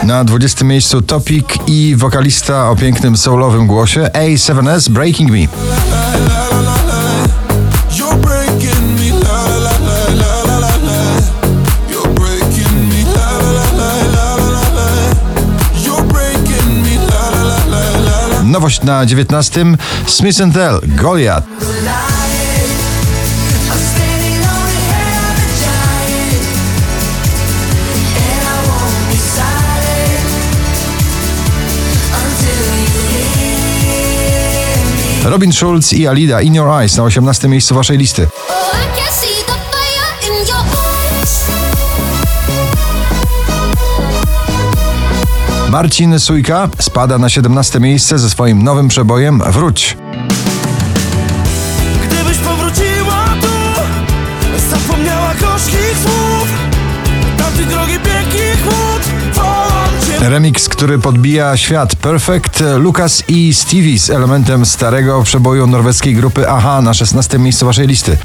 Na 20. miejscu Topic i wokalista o pięknym soulowym głosie A7S Breaking Me. Nowość na 19. Smith & Tell, Goliath. Robin Schulz i Alida, In Your Eyes na 18. miejscu waszej listy. Marcin Sujka spada na 17. miejsce ze swoim nowym przebojem Wróć. Gdybyś powróciła tu, zapomniała gorzkich słów, tamtych drogi pięknych chłód. Remix, który podbija świat. Perfect, Lucas i Stevie z elementem starego przeboju norweskiej grupy Aha na 16. miejscu waszej listy.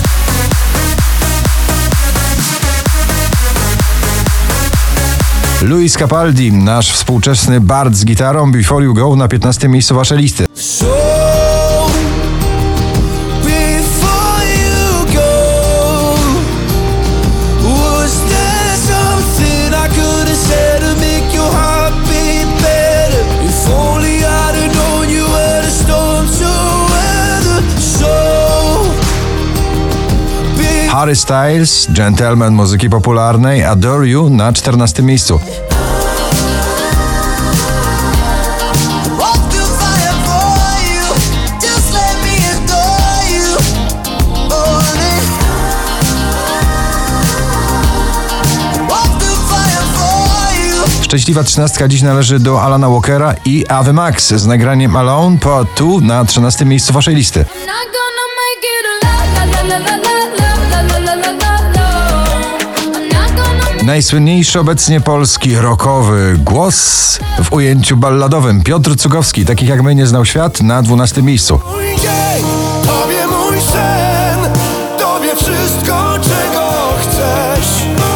Luis Capaldi, nasz współczesny bard z gitarą, Before You Go na 15. miejscu waszej listy. Harry Styles, gentleman muzyki popularnej, Adore You na 14. miejscu. Szczęśliwa 13 dziś należy do Alana Walkera i Ave Max z nagraniem Alone Part 2 na 13. miejscu waszej listy. Najsłynniejszy obecnie polski rockowy głos w ujęciu balladowym Piotr Cugowski, takich jak my nie znał świat, na 12. miejscu. Mój dzień, tobie mój sen, tobie wszystko, czego chcesz.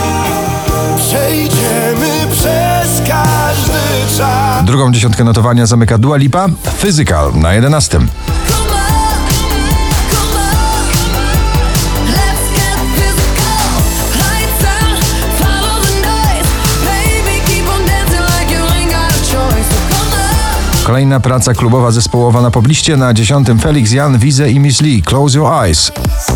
Przejdziemy przez każdy czas. Drugą dziesiątkę notowania zamyka Dua Lipa, Physical na 11. Kolejna praca klubowa zespołowa na pobliście na 10. Felix Jan, Wize i Miss Lee, Close Your Eyes.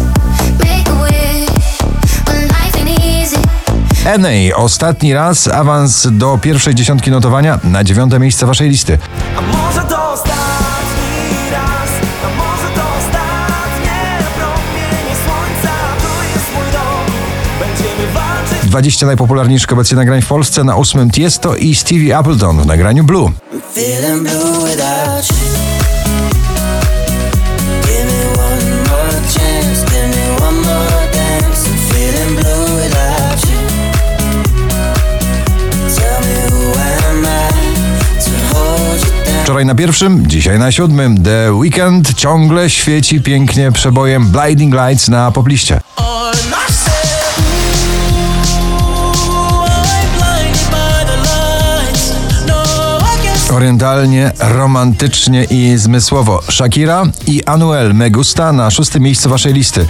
NA, ostatni raz awans do pierwszej dziesiątki notowania na 9. miejsce waszej listy. A może to ostatni raz, a może to ostatnie promienie słońca, to jest mój dom, będziemy walczyć. 20 najpopularniejszych obecnie nagrań w Polsce, na 8. Tiesto i Stevie Appleton w nagraniu Blue. Feeling blue without you. Give me one more chance, give me one more dance. I'm feeling blue without you. Tell me who am I to hold you down. Wczoraj na 1, dzisiaj na 7. The Weeknd ciągle świeci pięknie przebojem Blinding Lights na pobliście. Orientalnie, romantycznie i zmysłowo Shakira i Anuel Me Gusta na 6. miejscu waszej listy.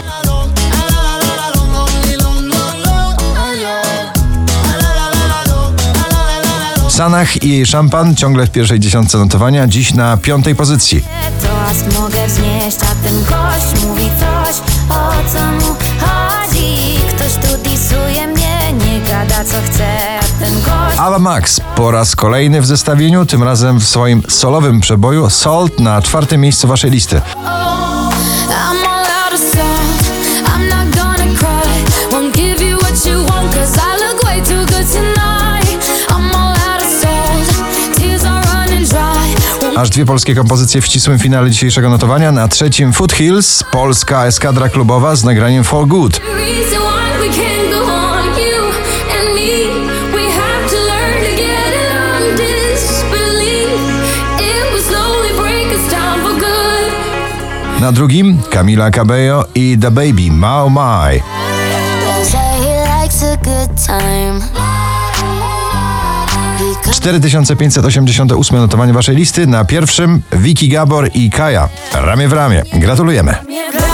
Sanach i jej Szampan ciągle w pierwszej dziesiątce notowania, dziś na 5. pozycji. Toast mogę wznieść, a ten gość mówi coś, o co mu chodzi. Ktoś tu disuje mnie, nie gada co chce, a ten gość... Ava Max po raz kolejny w zestawieniu, tym razem w swoim solowym przeboju Salt na 4. miejscu waszej listy. Aż 2 polskie kompozycje w ścisłym finale dzisiejszego notowania. Na 3. Foothills, polska eskadra klubowa z nagraniem For Good. Na 2. Camila Cabello i The Baby, Mao My. mówi 4588 notowanie waszej listy. Na pierwszym Vicky Gabor i Kaja. Ramię w ramię. Gratulujemy. każdy.